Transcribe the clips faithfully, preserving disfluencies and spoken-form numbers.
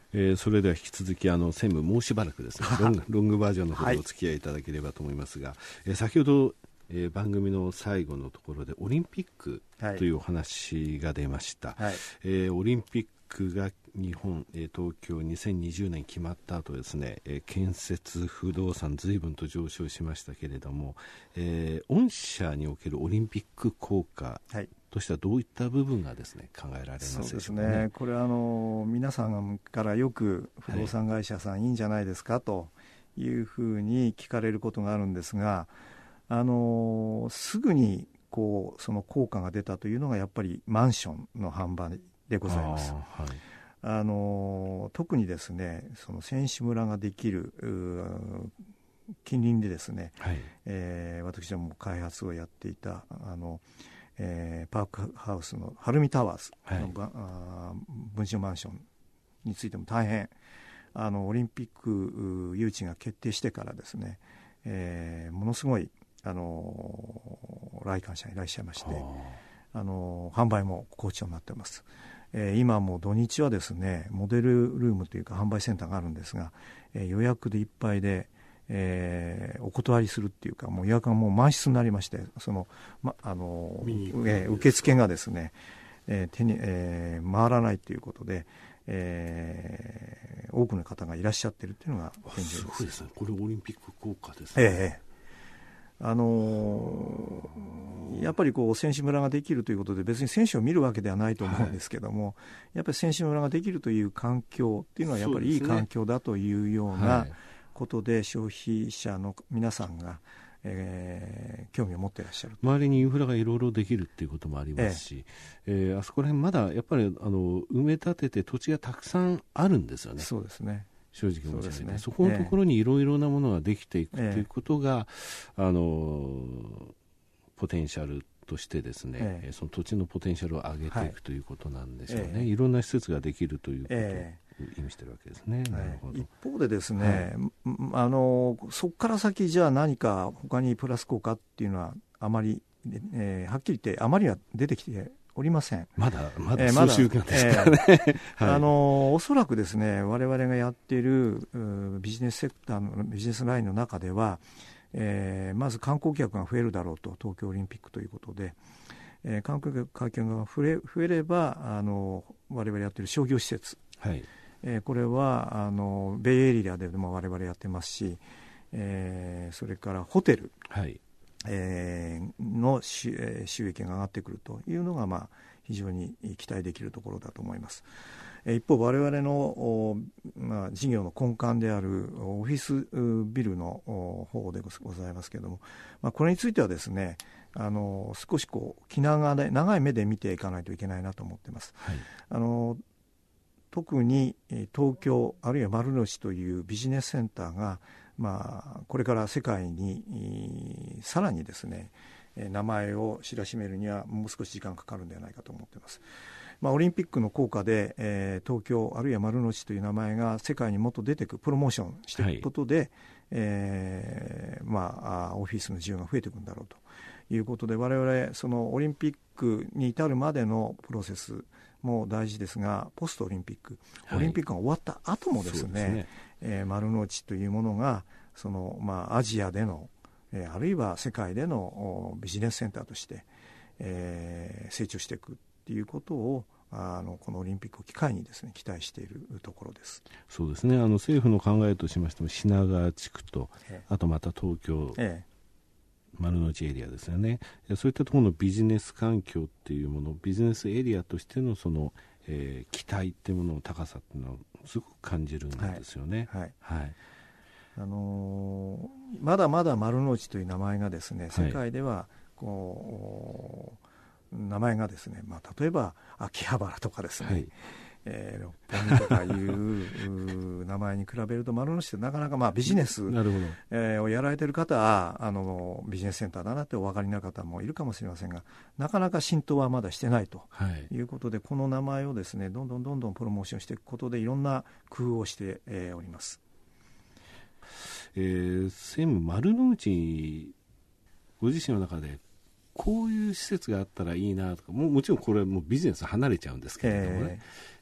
えー、それでは引き続きあの専務もうしばらくですねロング、ロングバージョンの方でお付き合いいただければと思いますが、はい、えー、先ほど、えー、番組の最後のところでオリンピックというお話が出ました、はい、えー、オリンピックが日本、えー、東京にせんにじゅうねん決まった後ですね、えー、建設不動産随分と上昇しましたけれども、えー、御社におけるオリンピック効果、はい、としてはどういった部分がですね考えられますでしょうかね。 そうですね、これはあの皆さんからよく不動産会社さんいいんじゃないですかというふうに聞かれることがあるんですが、あのすぐにこうその効果が出たというのがやっぱりマンションの販売でございます。あ、はい、あの特にですねその選手村ができる近隣でですね、はい、えー、私ども開発をやっていたあのえー、パークハウスの晴海タワーズの、はい、あ分譲マンションについても大変あのオリンピック誘致が決定してからですね、えー、ものすごいあの来館者がいらっしゃいまして、あの販売も好調になっています。えー、今もう土日はですねモデルルームというか販売センターがあるんですが、えー、予約でいっぱいで、えー、お断りするっていうかもう予約がもう満室になりまして、その、ま、あの、えー、受付がですね、えー手にえー、回らないということで、えー、多くの方がいらっしゃっているというのが現状です。 すごいですね。これオリンピック効果ですね。えーあのー、やっぱりこう選手村ができるということで別に選手を見るわけではないと思うんですけども、はい、やっぱり選手村ができるという環境っていうのはやっぱりいい環境だというようなことで消費者の皆さんが、えー、興味を持っていらっしゃる。 周りにインフラがいろいろできるっていうこともありますし、えーえー、あそこら辺まだやっぱりあの埋め立てて土地がたくさんあるんですよね。 そうですね。 正直申し上げて、ね、そこのところにいろいろなものができていくということが、えー、あのポテンシャルとしてですね、えー、その土地のポテンシャルを上げていくということなんでしょうね、はい、いろんな施設ができるということを意味しているわけですね、えー、なるほど。 一方でですね、はい、あのそこから先じゃあ何か他にプラス効果っていうのはあまり、えー、はっきり言ってあまりは出てきておりません。 まだまだ数週間ですからね、えーはい、あのおそらくですね我々がやっているビジネスセクターのビジネスラインの中では、えー、まず観光客が増えるだろうと、東京オリンピックということで、えー、観光客が増え、増えればあの我々やっている商業施設、はい、えー、これはあのベイエリアでも我々やってますし、えー、それからホテル、はい、えー、の収益が上がってくるというのが、まあ、非常に期待できるところだと思います。一方我々の、まあ、事業の根幹であるオフィスビルの方でございますけれども、まあ、これについてはですねあの少しこう気長で長い目で見ていかないといけないなと思っています、はい、あの特に東京あるいは丸の内というビジネスセンターがまあ、これから世界にさらにですね名前を知らしめるにはもう少し時間かかるんではないかと思っています。まあ、オリンピックの効果で、えー、東京あるいは丸の内という名前が世界にもっと出てくるプロモーションしていくことで、はい、えーまあ、オフィスの需要が増えていくんだろうということで、我々そのオリンピックに至るまでのプロセスも大事ですが、ポストオリンピック、はい、オリンピックが終わった後もですね、えー、丸の内というものがその、まあ、アジアでの、えー、あるいは世界でのビジネスセンターとして、えー、成長していくということをあのこのオリンピックを機会にですね期待しているところです。 そうですね、あの政府の考えとしましても品川地区と、えー、あとまた東京、えー、丸の内エリアですよね。そういったところのビジネス環境っていうもの、ビジネスエリアとしてのその、えー、期待っていうものの高さっていうのをすごく感じるんですよね。はい、はいはい、 あのー、まだまだ丸の内という名前がですね世界ではこう、はい、名前がですね、まあ、例えば秋葉原とかですね、はい、えー、六本木とかいう名前に比べると丸の内ってなかなかまあビジネス、えー、をやられている方はあのビジネスセンターだなってお分かりな方もいるかもしれませんが、なかなか浸透はまだしてないということで、はい、この名前をですねどんどんどんどんプロモーションしていくことでいろんな工夫をして、えー、おります。 えー、専務丸の内ご自身の中でこういう施設があったらいいなとか、も, もちろんこれはもうビジネス離れちゃうんですけれどもね、え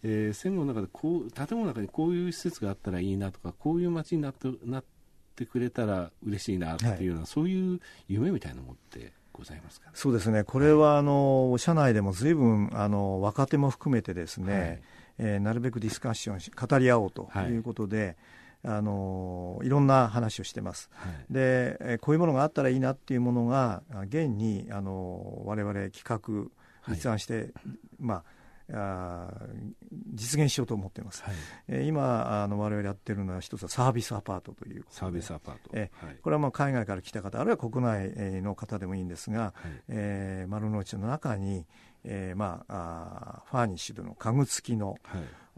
えー、専務の中でこう建物の中にこういう施設があったらいいなとか、こういう街になってなってくれたら嬉しいなっていうような、はい、そういう夢みたいなのもってございますか。 そうですね、これはあの社内でも随分あの若手も含めてですね、はい、えー、なるべくディスカッションし語り合おうということで、はい、あのいろんな話をしてます、はい、で、えー、こういうものがあったらいいなっていうものが現にあの我々企画立案して、はい、まああ実現しようと思っています、はい、えー、今あの我々やってるのは一つはサービスアパートというサービスアパート、 えーはい、これはまあ海外から来た方あるいは国内の方でもいいんですが、はい、えー、丸の内の中に、えーまあ、あファーニッシュの家具付きの、はい、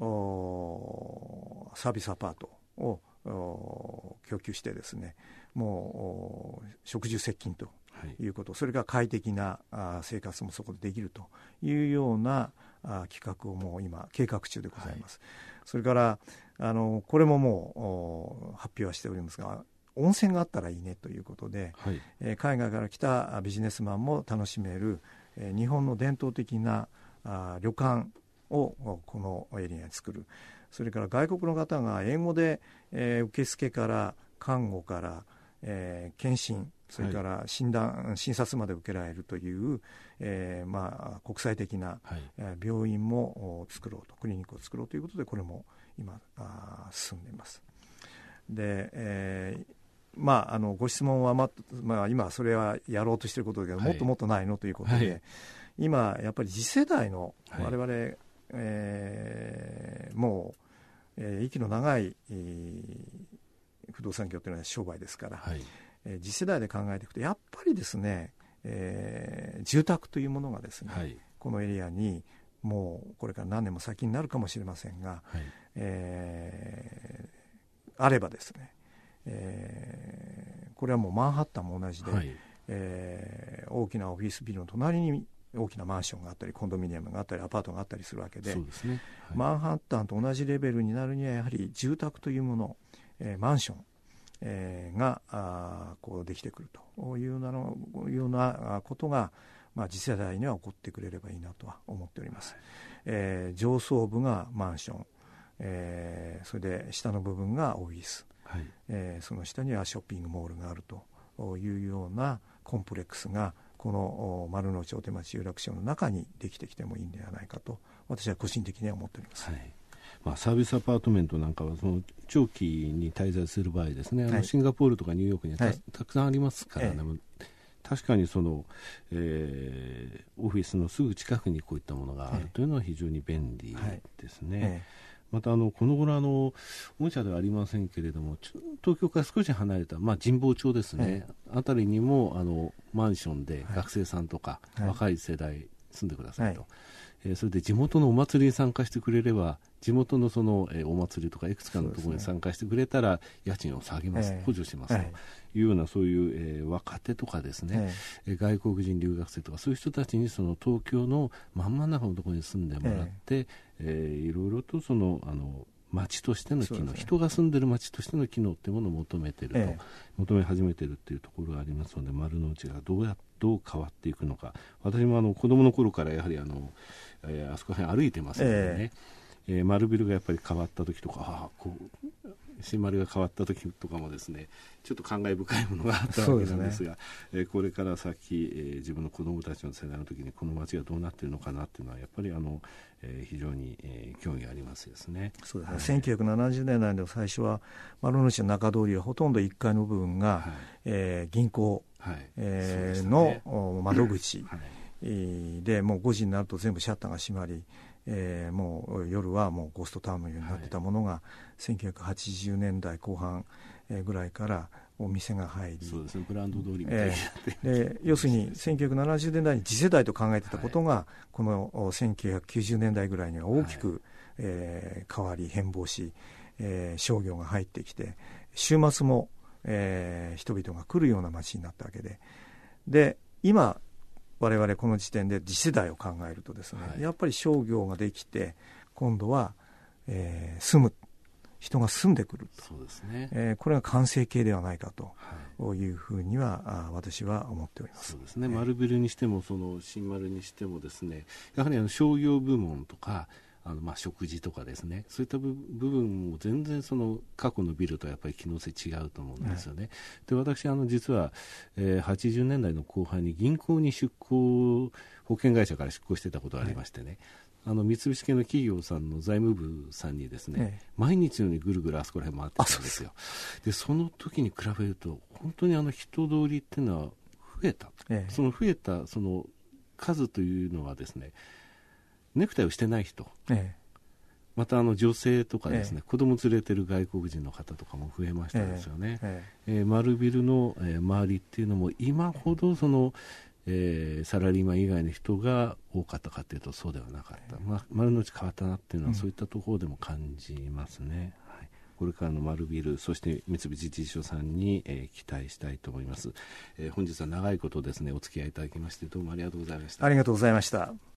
おサービスアパートを供給してですね、もう食住接近ということ、はい、それから快適なあ生活もそこでできるというようなあ企画をもう今計画中でございます、はい、それからあのこれももう発表はしておりますが、温泉があったらいいねということで、はい、えー、海外から来たビジネスマンも楽しめる、えー、日本の伝統的なあ旅館をこのエリアに作る。それから外国の方が英語で、えー、受付から看護から、えー、検診、それから診断、はい、診察まで受けられるという、えーまあ、国際的な、はい、えー、病院も作ろうと、クリニックを作ろうということで、これも今あ進んでいます。で、えーまあ、あのご質問は、ままあ、今それはやろうとしていることだけど、はい、もっともっとないのということで、はい、今やっぱり次世代の我々、はい、えー、もう、えー、息の長い、えー、不動産業というのは商売ですから、はい、えー、次世代で考えていくとやっぱりですね、えー、住宅というものがですね、はい、このエリアにもうこれから何年も先になるかもしれませんが、はい、えー、あればですね、えー、これはもうマンハッタンも同じで、はい、えー、大きなオフィスビルの隣に大きなマンションがあったりコンドミニアムがあったりアパートがあったりするわけで、そうですね、はい、マンハッタンと同じレベルになるにはやはり住宅というもの、えー、マンション、えー、があこうできてくるというようなのようなことが、まあ、次世代には起こってくれればいいなとは思っております、はい、えー、上層部がマンション、えー、それで下の部分がオフィス、はい、えー、その下にはショッピングモールがあるというようなコンプレックスがこの丸の内大手町有楽町の中にできてきてもいいんではないかと私は個人的には思っております、はい、 まあ、サービスアパートメントなんかはその長期に滞在する場合ですね、あのシンガポールとかニューヨークには た,、はい、たくさんありますからね、ええ、確かにその、えー、オフィスのすぐ近くにこういったものがあるというのは非常に便利ですね、はい、ええ、またあのこの頃あの御社ではありませんけれども東京から少し離れた、まあ、神保町ですね、はい、あたりにもあのマンションで学生さんとか、はい、若い世代住んでくださいと、はい、えー、それで地元のお祭りに参加してくれれば地元のその、えー、お祭りとかいくつかのところに参加してくれたら、ね、家賃を下げます、えー、補助します、はい、というようなそういう、えー、若手とかですね、えー、外国人留学生とかそういう人たちにその東京の真ん真ん中のところに住んでもらって、えーえー、いろいろとそのあの町としての機能、ね、人が住んでる町としての機能っていうものを求めていると、ええ、求め始めているっていうところがありますので、丸の内がどうやどう変わっていくのか、私もあの子供の頃からやはりあの、えー、あそこら辺歩いてますのでね、えええー、丸ビルがやっぱり変わった時とか、ああこう新丸が変わった時とかもですね、ちょっと感慨深いものがあったわけなんですが、す、ね、えー、これから先、えー、自分の子供たちの世代の時にこの街がどうなっているのかなっていうのはやっぱりあの、えー、非常に、えー、興味がありますですね。 そうですね、はい、せんきゅうひゃくななじゅうねんだいの最初は丸の内の中通りはほとんどいっかいの部分が、はい、えー、銀行、はい、えーね、の窓口、はい、でもうごじになると全部シャッターが閉まり、えー、もう夜はもうゴーストタウンのようになってたものが、はい、せんきゅうひゃくはちじゅうねんだいこう半ぐらいからお店が入り、 そうですね、ブランド通りみたいになって、 えー、で要するにせんきゅうひゃくななじゅうねんだいに次世代と考えてたことが、はい、このせんきゅうひゃくきゅうじゅうねんだいぐらいには大きく、はい、えー、変わり変貌し、えー、商業が入ってきて週末も、えー、人々が来るような街になったわけで、で今我々この時点で次世代を考えるとですね、はい、やっぱり商業ができて今度は、えー、住む人が住んでくると、そうですね、えー、これが完成形ではないかというふうには、はい、私は思っております。 そうですね、丸ビルにしてもその新丸にしてもですね、やはりあの商業部門とかあのまあ食事とかですね、そういった部分も全然その過去のビルとはやっぱり機能性違うと思うんですよね。はい、で私あの実は、えー、はちじゅうねんだいの後半に銀行に出向、保険会社から出向してたことがありましてね、はい、あの三菱系の企業さんの財務部さんにですね、ええ、毎日のようにぐるぐるあそこら辺回ってたんですよ。でその時に比べると本当にあの人通りっていうのは増えた、ええ、その増えたその数というのはですね、ネクタイをしてない人、ええ、またあの女性とかですね、ええ、子供連れてる外国人の方とかも増えましたですよね。ええええ、丸ビルの、えー、周りっていうのも今ほどその、えー、サラリーマン以外の人が多かったかというとそうではなかった、ええ、まあ、丸の内変わったなっていうのはそういったところでも感じますね。うん、はい、これからの丸ビル、そして三菱地所さんに、えー、期待したいと思います。えー、本日は長いことですねお付き合いいただきましてどうもありがとうございました。 ありがとうございました。